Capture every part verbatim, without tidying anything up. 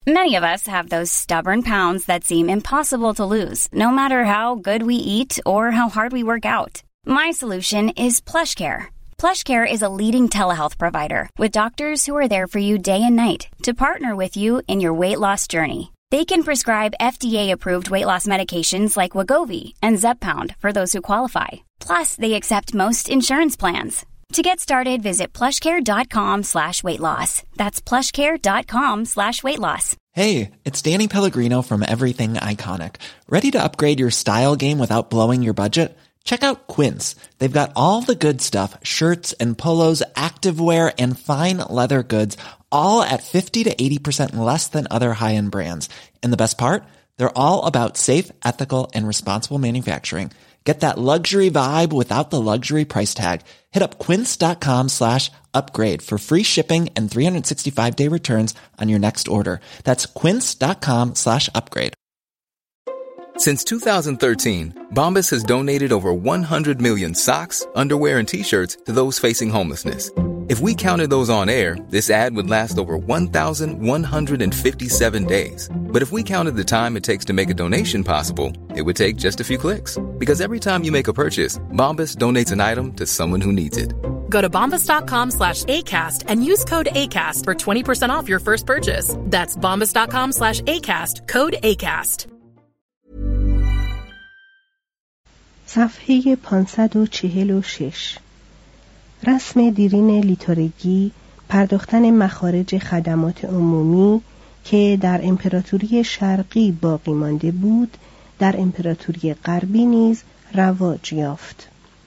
Many of us have those stubborn pounds that seem impossible to lose, no matter how good we eat or how hard we work out. My solution is PlushCare. PlushCare is a leading telehealth provider with doctors who are there for you day and night to partner with you in your weight loss journey. They can prescribe F D A-approved weight loss medications like Wegovy and Zepbound for those who qualify. Plus, they accept most insurance plans. To get started, visit plushcare.com slash weight loss. That's plushcare.com slash weight loss. Hey, it's Danny Pellegrino from Everything Iconic. Ready to upgrade your style game without blowing your budget? Check out Quince. They've got all the good stuff, shirts and polos, activewear, and fine leather goods, all at fifty to eighty percent less than other high-end brands. And the best part? They're all about safe, ethical, and responsible manufacturing. Get that luxury vibe without the luxury price tag. Hit up quince.com slash upgrade for free shipping and three sixty-five day returns on your next order. That's quince.com slash upgrade. Since two thousand thirteen, Bombas has donated over one hundred million socks, underwear, and T-shirts to those facing homelessness. If we counted those on air, this ad would last over one thousand one hundred fifty-seven days. But if we counted the time it takes to make a donation possible, it would take just a few clicks. Because every time you make a purchase, Bombas donates an item to someone who needs it. Go to bombas.com slash ACAST and use code ACAST for twenty percent off your first purchase. That's bombas.com slash ACAST, code ACAST. صفحه پانصد و چهل و شش. رسم دیرین لیتورگی، پرداختن مخارج خدمات عمومی که در امپراتوری شرقی باقی مانده بود، در امپراتوری غربی نیز رواج یافت.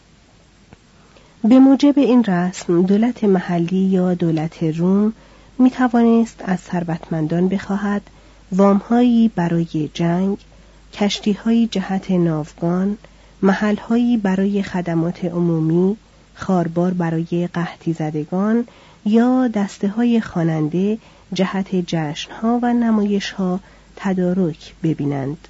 به موجب این رسم دولت محلی یا دولت روم می توانست از ثروتمندان بخواهد وامهایی برای جنگ، کشتی‌هایی جهت ناوگان، محل‌هایی برای خدمات عمومی، خاربار برای قحطی زدگان یا دسته‌های خواننده جهت جشن‌ها و نمایش‌ها تدارک ببینند.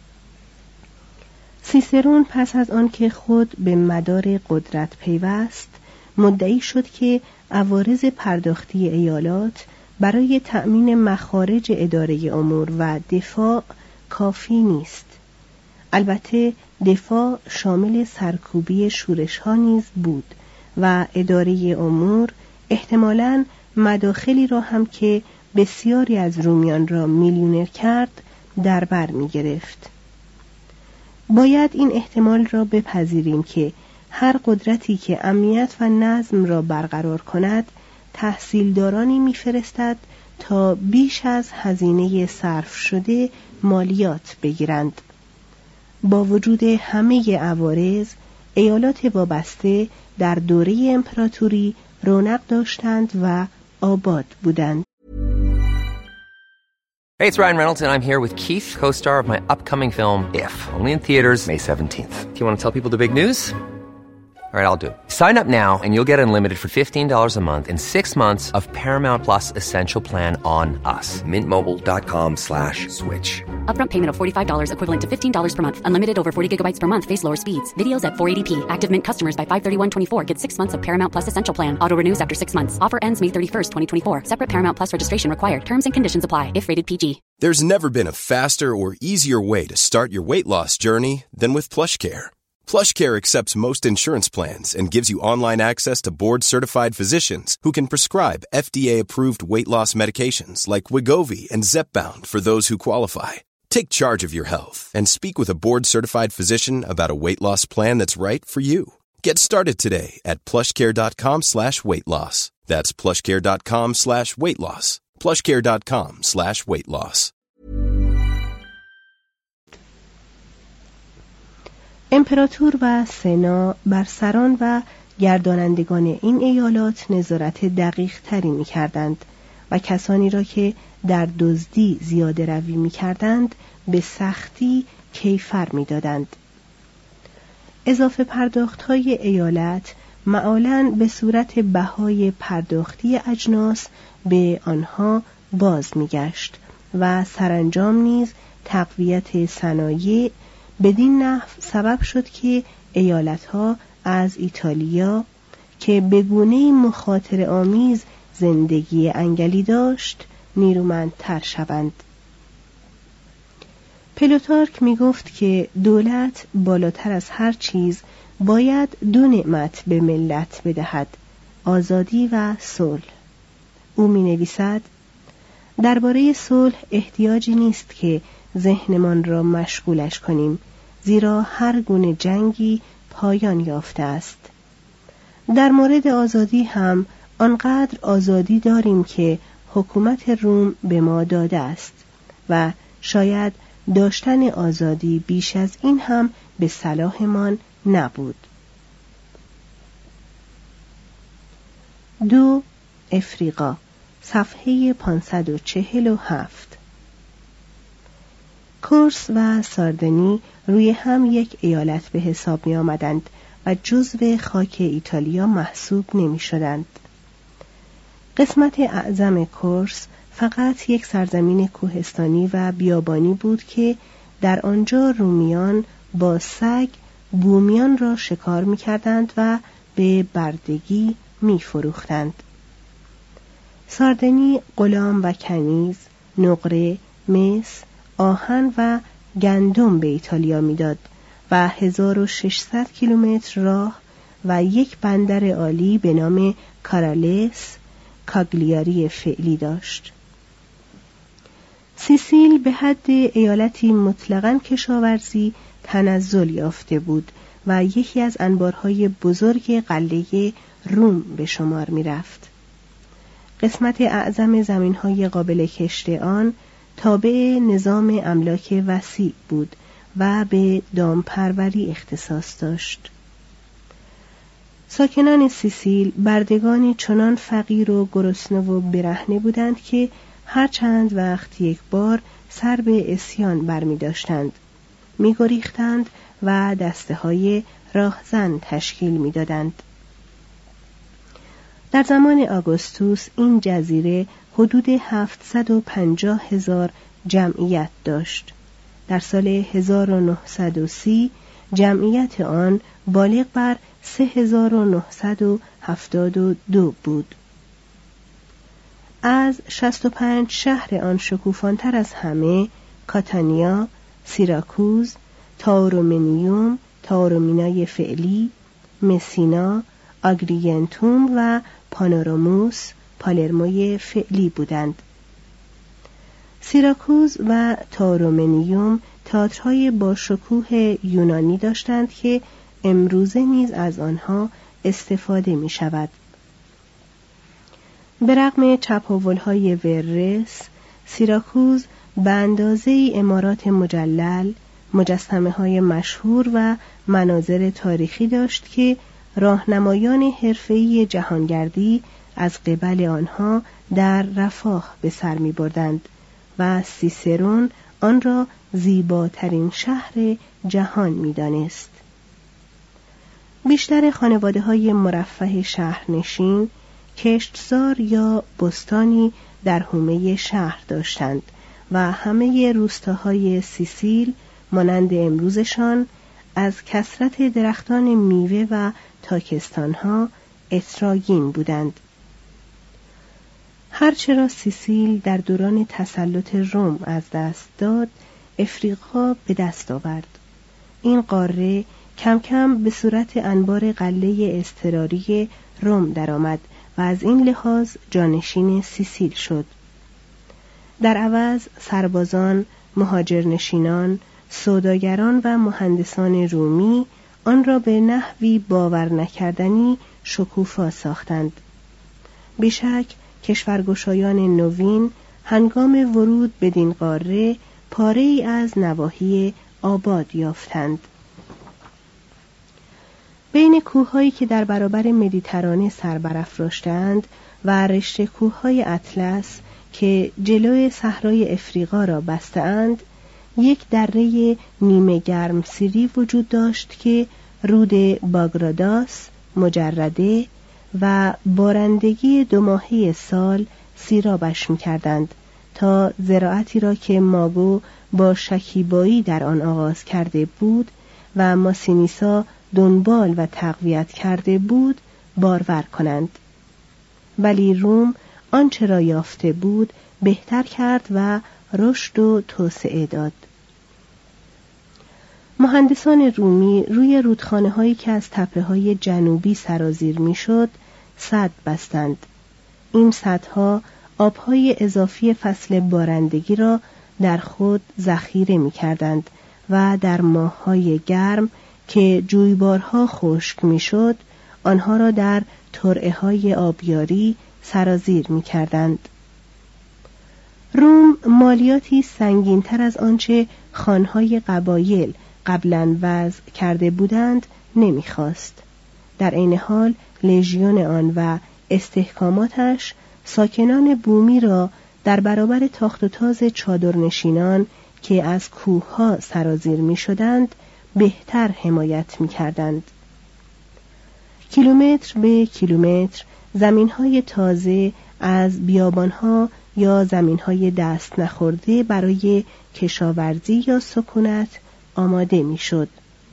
سیسرون پس از آن که خود به مدار قدرت پیوست، مدعی شد که عوارض پرداختی ایالات برای تأمین مخارج اداره امور و دفاع کافی نیست. البته دفاع شامل سرکوبی شورش‌ها نیز بود و اداره امور احتمالاً مداخلی را هم که بسیاری از رومیان را میلیونر کرد در بر می‌گرفت. باید این احتمال را بپذیریم که هر قدرتی که امنیت و نظم را برقرار کند تحصیلدارانی می‌فرستد تا بیش از هزینه صرف شده مالیات بگیرند. با وجود همه عوارض، ایالات وابسته در دوره امپراتوری رونق داشتند و آباد بودند. Hey, it's Ryan Reynolds, and I'm here with Keith, co-star of my upcoming film, If, only in theaters May seventeenth. Do you want to tell people the big news? All right, I'll do it. Sign up now and you'll get unlimited for fifteen dollars a month and six months of Paramount Plus Essential Plan on us. Mintmobile.com slash switch. Upfront payment of forty-five dollars equivalent to fifteen dollars per month. Unlimited over forty gigabytes per month. Face lower speeds. Videos at four eighty p. Active Mint customers by five thirty-one twenty-four get six months of Paramount Plus Essential Plan. Auto renews after six months. Offer ends May thirty-first, twenty twenty-four. Separate Paramount Plus registration required. Terms and conditions apply if rated P G. There's never been a faster or easier way to start your weight loss journey than with PlushCare. PlushCare accepts most insurance plans and gives you online access to board-certified physicians who can prescribe F D A-approved weight loss medications like Wegovy and Zepbound for those who qualify. Take charge of your health and speak with a board-certified physician about a weight loss plan that's right for you. Get started today at plushcare.com slash weight loss. That's plushcare.com slash weight loss. plushcare.com slash weight loss. امپراتور و سنا بر سران و گردانندگان این ایالات نظارت دقیق تری می کردند و کسانی را که در دزدی زیاده روی می کردند به سختی کیفر می دادند. اضافه پرداخت های ایالت معمولاً به صورت بهای پرداختی اجناس به آنها باز می گشت و سرانجام نیز تقویت صنایع بدین نحو سبب شد که ایالتها از ایتالیا که به گونه‌ای مخاطره آمیز زندگی انگلی داشت نیرومندتر شوند. پلوتارک می گفت که دولت بالاتر از هر چیز باید دو نعمت به ملت بدهد: آزادی و صلح. او می نویسد: درباره صلح احتیاجی نیست که ذهنمان را مشغولش کنیم، زیرا هر گونه جنگی پایان یافته است. در مورد آزادی هم آنقدر آزادی داریم که حکومت روم به ما داده است و شاید داشتن آزادی بیش از این هم به صلاحمان نبود. دو افریقا، صفحه پانصد و چهل و هفت. کورس و ساردنی روی هم یک ایالت به حساب می آمدند و جزو خاک ایتالیا محسوب نمی شدند. قسمت اعظم کورس فقط یک سرزمین کوهستانی و بیابانی بود که در آنجا رومیان با سگ بومیان را شکار می کردند و به بردگی می فروختند. ساردنی غلام و کنیز، نقره، مس، آهن و گندم به ایتالیا میداد و هزار و ششصد کیلومتر راه و یک بندر عالی به نام کارالس، کاگلیاری فعلی داشت. سیسیل به حد ایالتی مطلقاً کشاورزی تنزل یافته بود و یکی از انبارهای بزرگ قلعه روم به شمار می رفت. قسمت اعظم زمینهای قابل کشت آن تابع نظام املاک وسیع بود و به دامپروری اختصاص داشت. ساکنان سیسیل بردگانی چنان فقیر و گرسنه و برهنه بودند که هر چند وقت یک بار سر به عصیان برمی داشتند، می گریختند و دسته های راهزن تشکیل می دادند. در زمان آگوستوس این جزیره حدود هفتصد و پنجاه هزار جمعیت داشت. در سال هزار و نهصد و سی جمعیت آن بالغ بر سه هزار و نهصد و هفتاد و دو بود. از شصت و پنج شهر آن شکوفانتر از همه کاتانیا، سیراکوز، تاورومنیوم، تاورومینای فعلی، مسینا، آگریگنتوم و پانوراموس، پالرموی فعلی بودند. سیراکوز و تاورومنیوم تئاترهای با شکوه یونانی داشتند که امروزه نیز از آنها استفاده می شود. به رغم چپاول‌های وررس، سیراکوز به اندازه امارات مجلل، مجسمه‌های مشهور و مناظر تاریخی داشت که راهنمایان حرفه‌ای جهانگردی از قبل آنها در رفاه به سر می‌بردند و سیسرون آن را زیباترین شهر جهان می‌دانست. بیشتر خانواده‌های مرفه شهرنشین کشتزار یا بستانی در حومه شهر داشتند و همه روستاهای سیسیل مانند امروزشان از کثرت درختان میوه و تاکستانها اتراگین بودند. هرچه را سیسیل در دوران تسلط روم از دست داد، افریقا به دست آورد. این قاره کم کم به صورت انبار قلعه اضطراری روم درآمد و از این لحاظ جانشین سیسیل شد. در عوض سربازان، مهاجرنشینان، سوداگران و مهندسان رومی آن را به نحوی باور نکردنی شکوفا ساختند. بیشک کشورگشایان نوین هنگام ورود بدین قاره پاره‌ای از نواحی آباد یافتند. بین کوه‌هایی که در برابر مدیترانه سر برافراشتند و رشته کوه‌های اطلس که جلوی صحرای افریقا را بسته‌اند، یک دره نیمه گرمسیری وجود داشت که رود باگراداس، مجرده و بارندگی دو ماهه سال سیرابش می‌کردند تا زراعتی را که ماگو با شکیبایی در آن آغاز کرده بود و ماسینیسا دنبال و تقویت کرده بود بارور کنند. ولی روم آنچه را یافته بود بهتر کرد و رشد و توسعه داد. مهندسان رومی روی رودخانه‌هایی که از تپه‌های جنوبی سرازیر می‌شد، سد بستند. این سدها آب‌های اضافی فصل بارندگی را در خود ذخیره می‌کردند و در ماه‌های گرم که جویبارها خشک می‌شد، آنها را در ترعه‌های آبیاری سرازیر می‌کردند. روم مالیاتی سنگین‌تر از آنچه خانهای قبایل قبلاً وضع کرده بودند نمی‌خواست. در عین حال لژیون آن و استحکاماتش ساکنان بومی را در برابر تاخت و تاز چادرنشینان که از کوه‌ها سرازیر می‌شدند بهتر حمایت می‌کردند. کیلومتر به کیلومتر زمین‌های تازه از بیابان‌ها یا زمین‌های دست نخورده برای کشاورزی یا سکونت آماده می‌شد.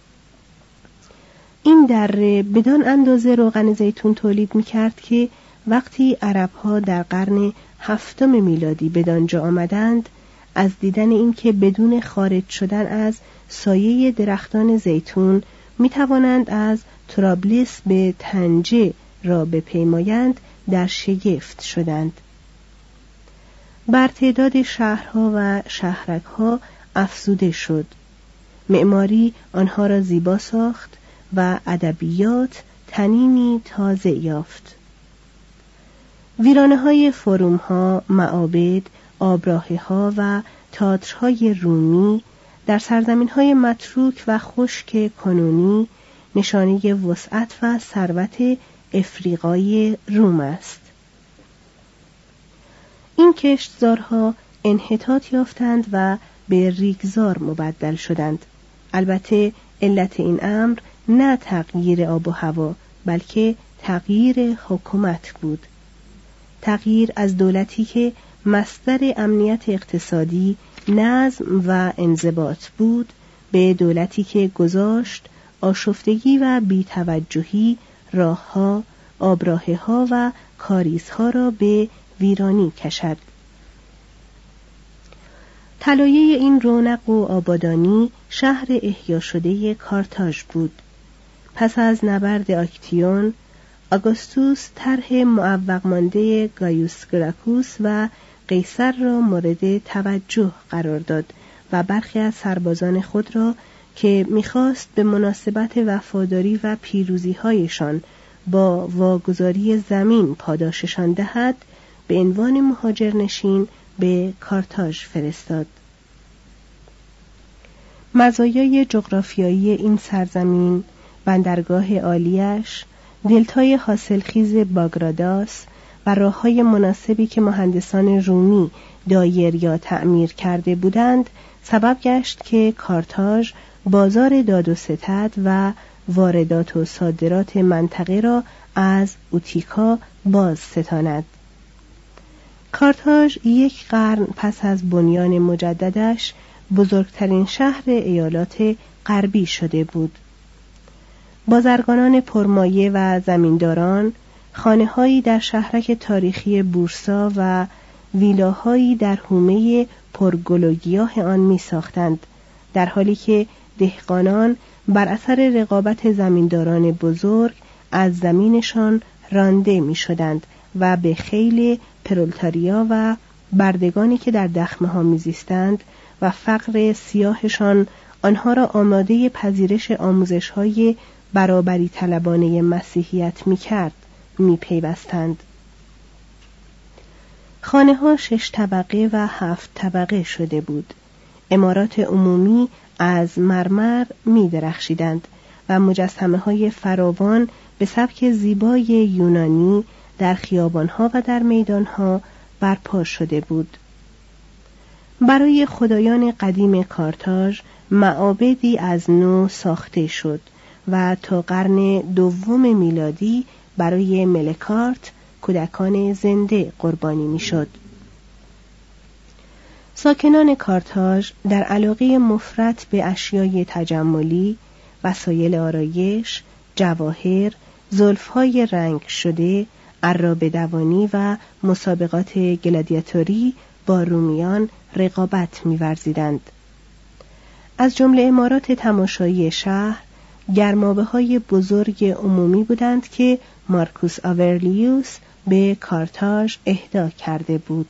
این دره بدان اندازه روغن زیتون تولید می‌کرد که وقتی عرب‌ها در قرن هفتم میلادی بدانجا آمدند، از دیدن اینکه بدون خارج شدن از سایه درختان زیتون می‌توانند از طرابلس به طنجه را بپیمایند، در شگفت شدند. بر تعداد شهرها و شهرک‌ها افزوده شد. معماری آنها را زیبا ساخت و ادبیات تنینی تازه یافت. ویرانه‌های فروم‌ها، معابد، آبراهه‌ها و تئاترهای رومی در سرزمین‌های متروک و خشک کنونی نشانه وسعت و ثروت افریقای روم است. این کشتزارها انحطاط یافتند و به ریگزار مبدل شدند. البته علت این امر نه تغییر آب و هوا، بلکه تغییر حکومت بود. تغییر از دولتی که مصدر امنیت اقتصادی، نظم و انضباط بود به دولتی که گذاشت آشفتگی و بی‌توجهی راه‌ها، آبراهه‌ها و کاریزها را به ویرانی کشد. طلایه این رونق و آبادانی شهر احیا شده کارتاژ بود. پس از نبرد آکتیون، آگوستوس طرح معوق مانده گایوس گراکوس و قیصر را مورد توجه قرار داد و برخی از سربازان خود را که می‌خواست به مناسبت وفاداری و پیروزی‌هایشان با واگذاری زمین پاداششان دهد، به عنوان مهاجرنشین به کارتاژ فرستاد. مزایای جغرافیایی این سرزمین، بندرگاه عالیش، دلتای حاصلخیز باگراداس و راه‌های مناسبی که مهندسان رومی دایر یا تعمیر کرده بودند، سبب گشت که کارتاژ بازار داد و ستد و واردات و صادرات منطقه را از اوتیکا باز ستاند. کارتاژ یک قرن پس از بنیان مجددش بزرگترین شهر ایالات غربی شده بود. بازرگانان پرمایه و زمینداران خانه‌هایی در شهرک تاریخی بورسا و ویلاهایی در حومه پرگل و گیاه آن می‌ساختند، در حالی که دهقانان بر اثر رقابت زمینداران بزرگ از زمینشان رانده می‌شدند و به خیل پرولتاریا و بردگانی که در دخمه‌ها می‌زیستند و فقر سیاهشان آنها را آماده پذیرش آموزش‌های برابری طلبانه مسیحیت می‌کرد می‌پیوستند. خانه‌ها شش طبقه و هفت طبقه شده بود. عمارات عمومی از مرمر می‌درخشیدند و مجسمه‌های فراوان به سبک زیبای یونانی در خیابان‌ها و در میدان‌ها برپا شده بود. برای خدایان قدیم کارتاژ معابدی از نو ساخته شد و تا قرن دوم میلادی برای ملکارت کودکان زنده قربانی میشد. ساکنان کارتاژ در علاقه مفرط به اشیای تجملی، وسایل آرایش، جواهر، زلف‌های رنگ شده، عرابه دوانی و مسابقات گلادیاتوری با رومیان رقابت می‌ورزیدند. از جمله عمارات تماشایی شهر گرمابه‌های بزرگ عمومی بودند که مارکوس آورلیوس به کارتاژ اهدا کرده بود.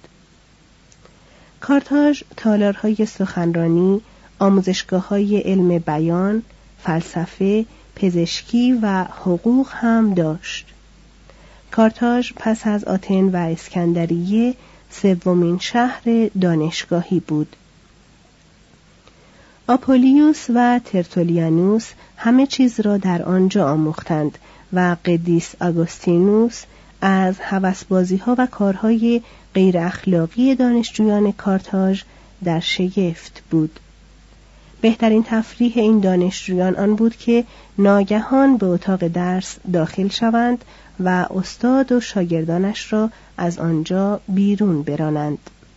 کارتاژ تالارهای سخنرانی، آموزشگاه‌های علم بیان، فلسفه، پزشکی و حقوق هم داشت. کارتاژ پس از آتن و اسکندریه سومین شهر دانشگاهی بود. آپولیوس و ترتولیانوس همه چیز را در آنجا آموختند و قدیس آگوستینوس از هوسبازی‌ها و کارهای غیر اخلاقی دانشجویان کارتاژ در شگفت بود. بهترین تفریح این دانشجویان آن بود که ناگهان به اتاق درس داخل شوند و استاد و شاگردانش را از آنجا بیرون برانند.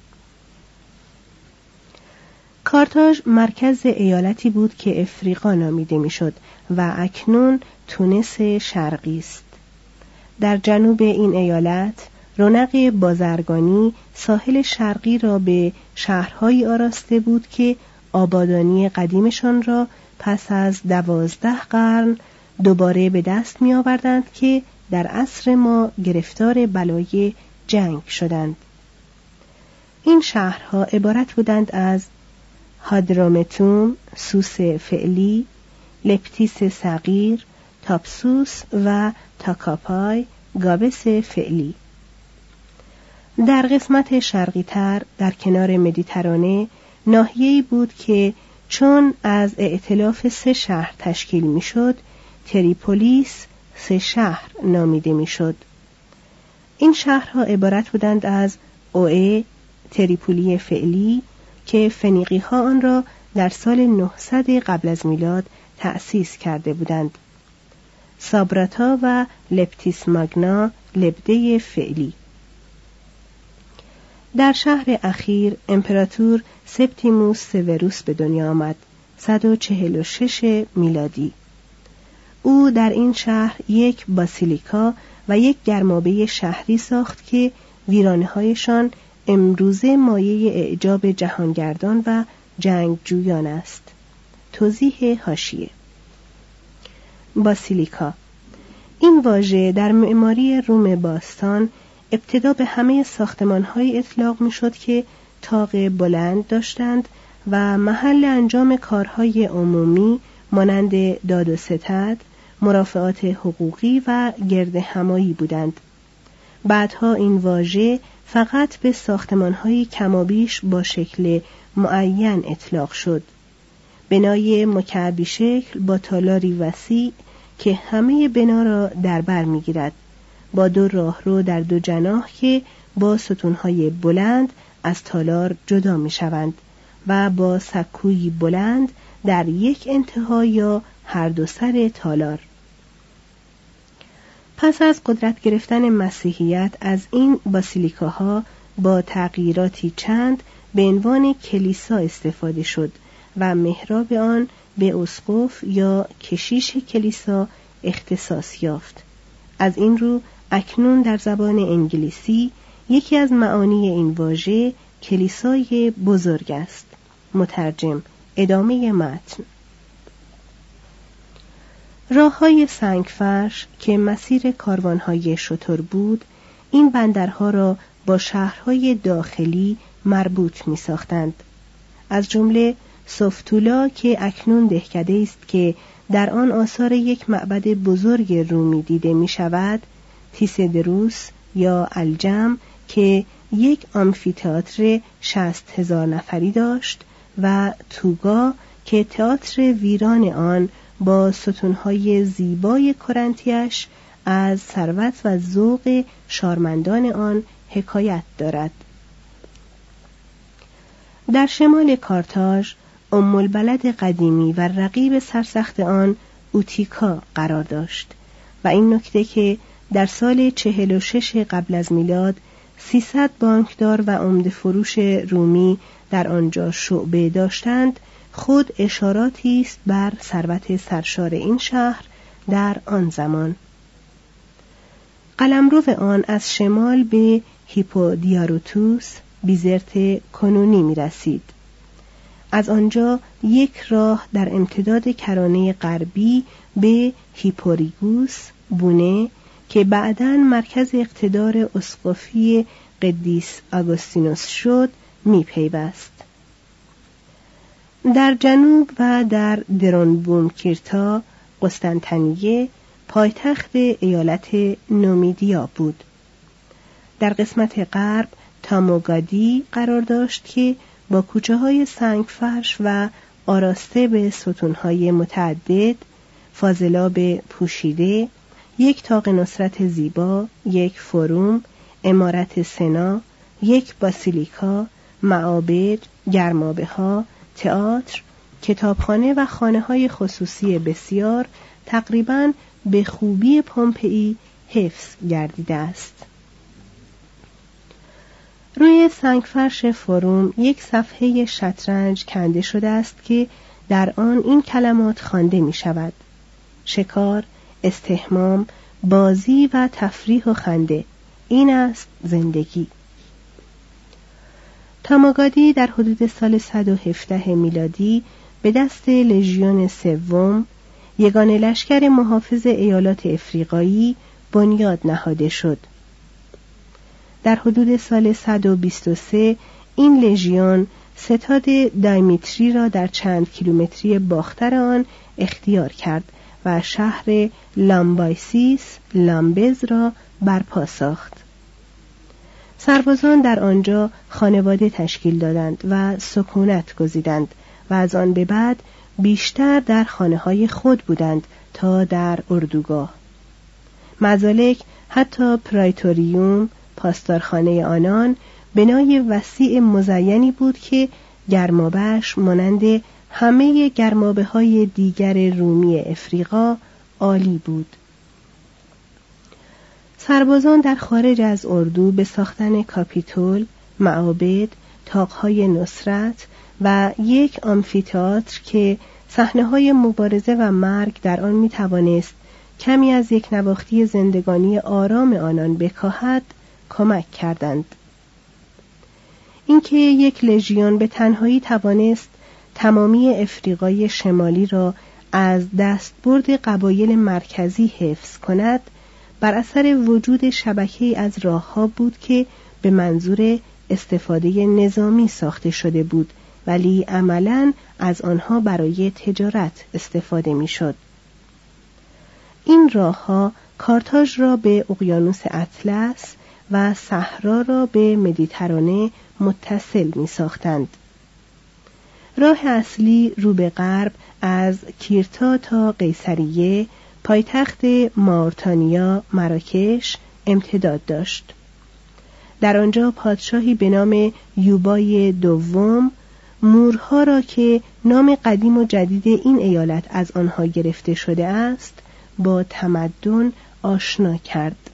کارتاژ مرکز ایالتی بود که افریقا نامیده میشد و اکنون تونس شرقی است. در جنوب این ایالت رونق بازرگانی ساحل شرقی را به شهرهایی آراسته بود که آبادانی قدیمشان را پس از دوازده قرن دوباره به دست می آوردند که در عصر ما گرفتار بلای جنگ شدند. این شهرها عبارت بودند از هادرامتوم، سوس فعلی، لپتیس صغیر، تاپسوس و تاکاپای، گابس فعلی. در قسمت شرقی تر در کنار مدیترانه ناحیه‌ای بود که چون از ائتلاف سه شهر تشکیل میشد، تریپولیس سه شهر نامیده میشد. این شهرها عبارت بودند از اوئه، تریپولی فعلی که فنیقی ها آن را در سال نهصد قبل از میلاد تأسیس کرده بودند، سابراتا و لپتیس ماگنا، لبده فعلی. در شهر اخیر امپراتور سپتیموس سوروس به دنیا آمد، صد و چهل و شش میلادی. او در این شهر یک باسیلیکا و یک گرمابه شهری ساخت که ویرانه‌هایشان امروزه مایه اعجاب جهانگردان و جنگجویان است. توضیح حاشیه: باسیلیکا این واژه در معماری روم باستان ابتدا به همه ساختمان‌های اطلاق می‌شد که طاق بلند داشتند و محل انجام کارهای عمومی مانند داد و ستد، مرافعات حقوقی و گرد همایی بودند. بعدها این واژه فقط به ساختمان‌های کمابیش با شکل معین اطلاق شد. بنای مکعبی شکل با تالاری وسیع که همه بنا را در بر می‌گیرد، با دو راهرو در دو جناح که با ستون‌های بلند از تالار جدا می‌شوند و با سکویی بلند در یک انتها یا هر دو سر تالار. پس از قدرت گرفتن مسیحیت از این باسیلیکاها با تغییراتی چند به عنوان کلیسا استفاده شد و محراب آن به اسقف یا کشیش کلیسا اختصاص یافت. از این رو اکنون در زبان انگلیسی یکی از معانی این واژه کلیسای بزرگ است. مترجم. ادامه متن. راه‌های سنگفرش که مسیر کاروان‌های شتر بود، این بندرها را با شهرهای داخلی مربوط می‌ساختند. از جمله سوفتولا که اکنون دهکده است که در آن آثار یک معبد بزرگ رومی دیده می‌شود، تیسدروس یا الجم که یک آمفی‌تئاتر شصت هزار نفری داشت و توگا که تئاتر ویران آن با ستونهای زیبای کرنتیش از ثروت و ذوق شارمندان آن حکایت دارد. در شمال کارتاژ ام البلد قدیمی و رقیب سرسخت آن اوتیکا قرار داشت و این نکته که در سال چهل و شش قبل از میلاد سیصد بانکدار و عمده فروش رومی در آنجا شعبه داشتند، خود اشاراتی است بر ثروت سرشار این شهر در آن زمان. قلمرو آن از شمال به هیپودیاروتوس، بیزرت کنونی می رسید. از آنجا یک راه در امتداد کرانه غربی به هیپوریگوس بونه که بعداً مرکز اقتدار اسقفی قدیس آگوستینوس شد می پیوست. در جنوب و در درونبومکیرتا قسطنطنیه پایتخت ایالت نومیدیا بود. در قسمت غرب تاموگادی قرار داشت که با کوچه های سنگ فرش و آراسته به ستونهای متعدد، فاضلاب پوشیده، یک طاق نصرت زیبا، یک فروم، عمارت سنا، یک باسیلیکا، معابد، گرمابه ها، تئاتر، کتابخانه و خانه های خصوصی بسیار تقریباً به خوبی پومپئی حفظ گردیده است. روی سنگفرش فروم یک صفحه شطرنج کنده شده است که در آن این کلمات خوانده می شود: شکار، استحمام، بازی و تفریح و خنده، این است زندگی. تاموگادی در حدود سال صد و هفده میلادی به دست لژیون سوم، یگانه لشکر محافظ ایالات افریقایی، بنیاد نهاده شد. در حدود سال صد و بیست و سه این لژیون ستاد دایمیتری را در چند کیلومتری باختر آن اختیار کرد و شهر لامبایسیس لامبز را برپا ساخت. سربازان در آنجا خانواده تشکیل دادند و سکونت گزیدند و از آن به بعد بیشتر در خانه‌های خود بودند تا در اردوگاه. مزالک حتی پرایتوریوم، پاسدارخانه آنان، بنای وسیع مزینی بود که گرمابه‌اش مانند همه گرمابه‌های دیگر رومی افریقا عالی بود. سربازان در خارج از اردو به ساختن کاپیتول، معابد، طاق‌های نصرت و یک آمفی‌تئاتر که صحنه‌های مبارزه و مرگ در آن می‌توانست کمی از یک نواختی زندگانی آرام آنان بکاهد کمک کردند. اینکه یک لژیون به تنهایی توانست تمامی افریقای شمالی را از دستبرد قبایل مرکزی حفظ کند، بر اثر وجود شبکه‌ای از راه‌ها بود که به منظور استفاده نظامی ساخته شده بود، ولی عملاً از آنها برای تجارت استفاده می‌شد. این راه‌ها کارتاژ را به اقیانوس اطلس و صحرا را به مدیترانه متصل می‌ساختند. راه اصلی رو به غرب از کیرتا تا قیصریه، پایتخت ماورتانیا مراکش، امتداد داشت. در آنجا پادشاهی به نام یوبای دوم مورها را که نام قدیم و جدید این ایالت از آنها گرفته شده است با تمدن آشنا کرد.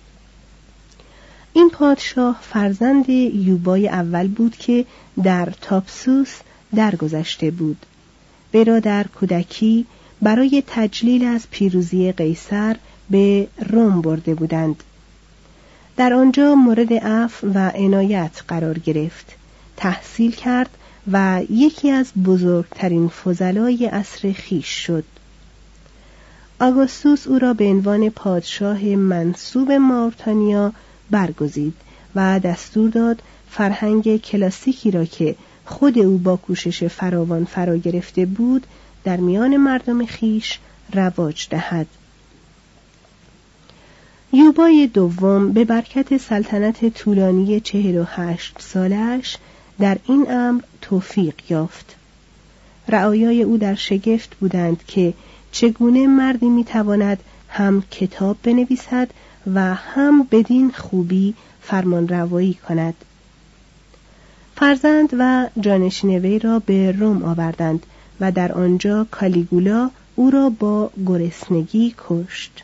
این پادشاه فرزند یوبای اول بود که در تاپسوس درگذشته بود. وی را در کودکی برای تجلیل از پیروزی قیصر به روم برده بودند. در آنجا مورد عفو و عنایت قرار گرفت، تحصیل کرد و یکی از بزرگترین فضلای عصر خویش شد. آگوستوس او را به عنوان پادشاه منصوب ماورتانیا برگزید و دستور داد فرهنگ کلاسیکی را که خود او با کوشش فراوان فرا گرفته بود در میان مردم خویش رواج دهد. یوبای دوم به برکت سلطنت طولانی چهل و هشت سالش در این امر توفیق یافت. رعایای او در شگفت بودند که چگونه مردی میتواند هم کتاب بنویسد و هم بدین خوبی فرمان روایی کند. فرزند و جانشین وی را به روم آوردند و در آنجا کالیگولا او را با گرسنگی کشت.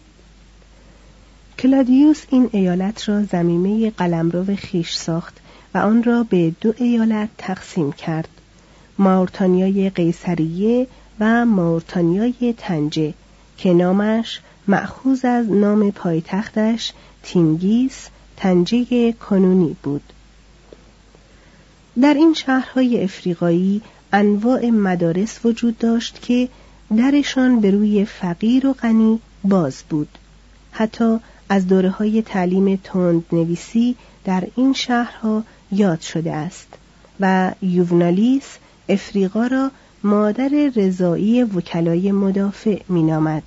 کلادیوس این ایالت را ضمیمه قلمرو خویش ساخت و آن را به دو ایالت تقسیم کرد: ماورتانیای قیصریه و ماورتانیای طنجه که نامش مأخوذ از نام پایتختش تینگیس طنجه کنونی بود. در این شهرهای افریقایی انواع مدارس وجود داشت که درشان به روی فقیر و غنی باز بود. حتی از دوره‌های تعلیم تندنویسی در این شهرها یاد شده است و یوونالیس افریقا را مادر رضایی وکلای مدافع می‌نامد.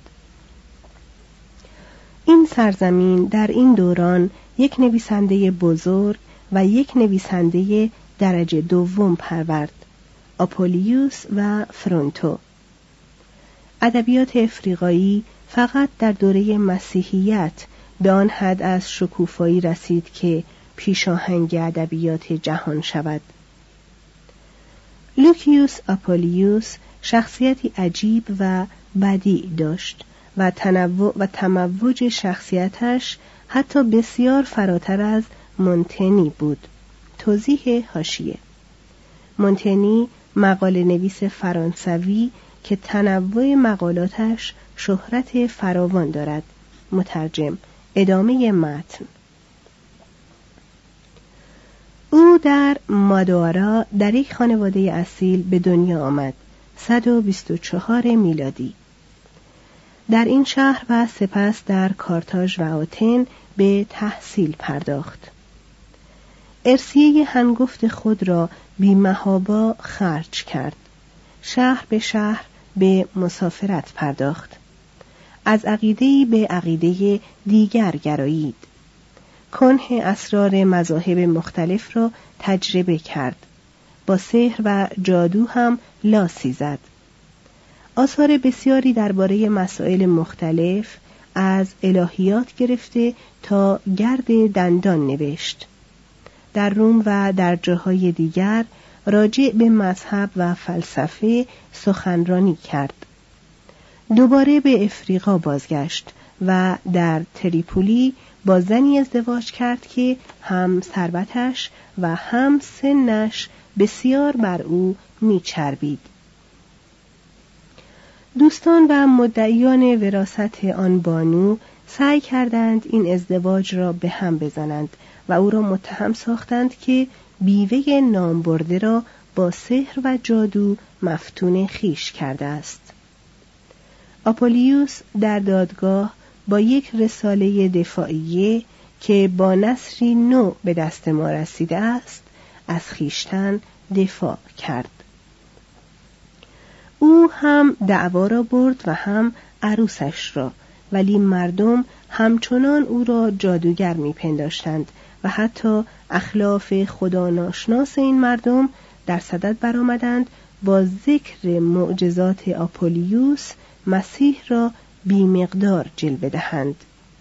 این سرزمین در این دوران یک نویسنده بزرگ و یک نویسنده درجه دوم پرورد، آپولیوس و فرونتو. ادبیات افریقایی فقط در دوره مسیحیت به آن حد از شکوفایی رسید که پیشاهنگ ادبیات جهان شود. لوکیوس آپولیوس شخصیتی عجیب و بدیع داشت و تنوع و تموج شخصیتش حتی بسیار فراتر از مونتنی بود. توضیح حاشیه: مونتنی مقاله نویس فرانسوی که تنوع مقالاتش شهرت فراوان دارد. مترجم. ادامه متن. او در مادوارا در یک خانواده اصیل به دنیا آمد. صد و بیست و چهار میلادی. در این شهر و سپس در کارتاژ و آتن به تحصیل پرداخت. ارثیه هنگفت خود را بی محابا خرج کرد. شهر به شهر به مسافرت پرداخت. از عقیده‌ای به عقیده دیگر گرایید. کنه اسرار مذاهب مختلف را تجربه کرد. با سحر و جادو هم لاسی زد. آثار بسیاری درباره مسائل مختلف از الهیات گرفته تا گرد دندان نوشت. در روم و در جاهای دیگر راجع به مذهب و فلسفه سخنرانی کرد. دوباره به افریقا بازگشت و در تریپولی با زنی ازدواج کرد که هم ثروتش و هم سنش بسیار بر او میچربید. دوستان و مدعیان وراثت آن بانو سعی کردند این ازدواج را به هم بزنند و او را متهم ساختند که بیوه نامبرده را با سحر و جادو مفتون خیش کرده است. آپولیوس در دادگاه با یک رساله دفاعیه که با نثری نو به دست ما رسیده است از خیشتن دفاع کرد. او هم دعوا را برد و هم عروسش را، ولی مردم همچنان او را جادوگر می‌پنداشتند و حتی اخلاف خدا ناشناس این مردم در صدد برآمدند با ذکر معجزات آپولیوس مسیح را بی‌مقدار جلوه دهند.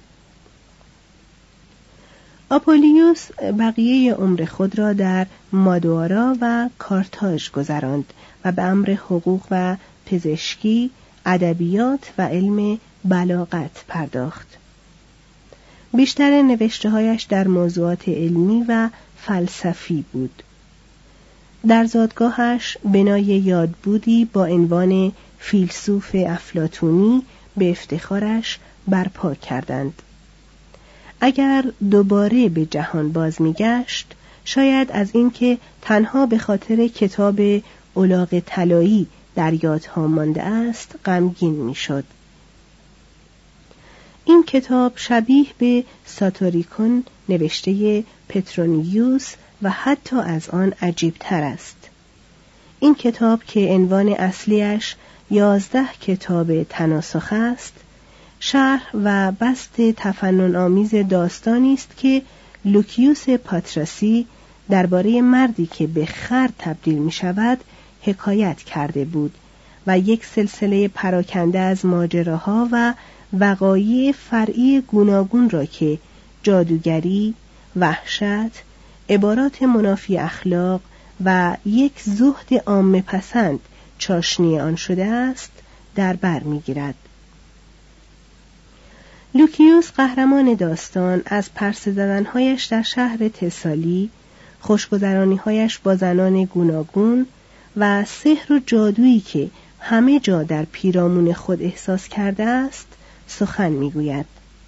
آپولیوس بقیه عمر خود را در مادوارا و کارتاژ گذراند و به امر حقوق و پزشکی، ادبیات و علم بلاغت پرداخت. بیشتر نوشته‌هایش در موضوعات علمی و فلسفی بود. در زادگاهش بنای یادبودی با عنوان فیلسوف افلاطونی به افتخارش برپا کردند. اگر دوباره به جهان باز می‌گشت، شاید از اینکه تنها به خاطر کتاب الاغ طلایی در یادها مانده است غمگین می‌شد. این کتاب شبیه به ساتوریکون نوشته پترونیوس و حتی از آن عجیب‌تر است. این کتاب که عنوان اصلیش یازده کتاب تناسخ است، شرح و بسط تفنن آمیز داستانی است که لوکیوس پاتراسی درباره مردی که به خر تبدیل می شود حکایت کرده بود و یک سلسله پراکنده از ماجراها و وقایع فرعی گوناگون را که جادوگری، وحشت، عبارات منافی اخلاق و یک زهد عامه پسند چاشنی آن شده است در بر می‌گیرد. لوکیوس قهرمان داستان از پرسه زدن‌هایش در شهر تسالی، خوشگذرانی‌هایش با زنان گوناگون و سحر و جادویی که همه جا در پیرامون خود احساس کرده است سخن می‌گوید.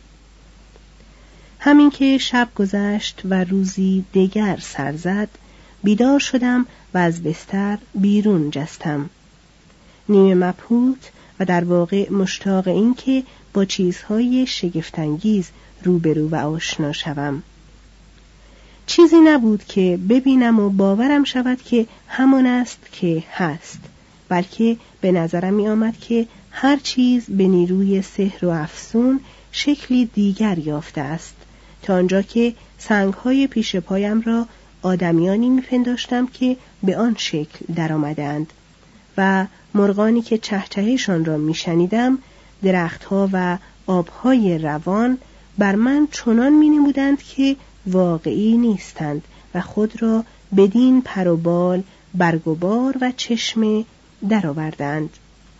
همین که شب گذشت و روزی دیگر سر زد، بیدار شدم و از بستر بیرون جستم، نیمه مبهوت و در واقع مشتاق این که با چیزهای شگفت‌انگیز روبرو و آشنا شوم. چیزی نبود که ببینم و باورم شود که همان است که هست، بلکه به نظرم می آمد که هر چیز به نیروی سحر و افسون شکلی دیگر یافته است، تا آنجا که سنگ‌های پیش پایم را آدمیانی می‌پنداشتم که به آن شکل درآمدند و مرغانی که چهچهشان را می‌شنیدم، درخت‌ها و آب‌های روان بر من چنان می‌نمودند که واقعی نیستند و خود را بدین پر و بال، برگ و بار و چشمه درآوردند.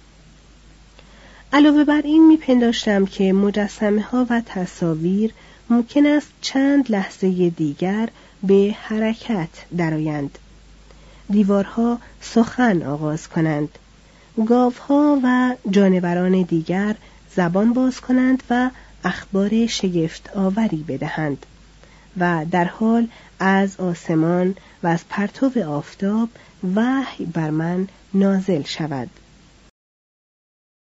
علاوه بر این می‌پنداشتم که مجسمه‌ها و تصاویر ممکن است چند لحظه دیگر به حرکت درآیند، دیوارها سخن آغاز کنند، گاوها و جانوران دیگر زبان باز کنند و اخبار شگفت آوری بدهند و در حال از آسمان و از پرتو آفتاب وحی بر من نازل شود.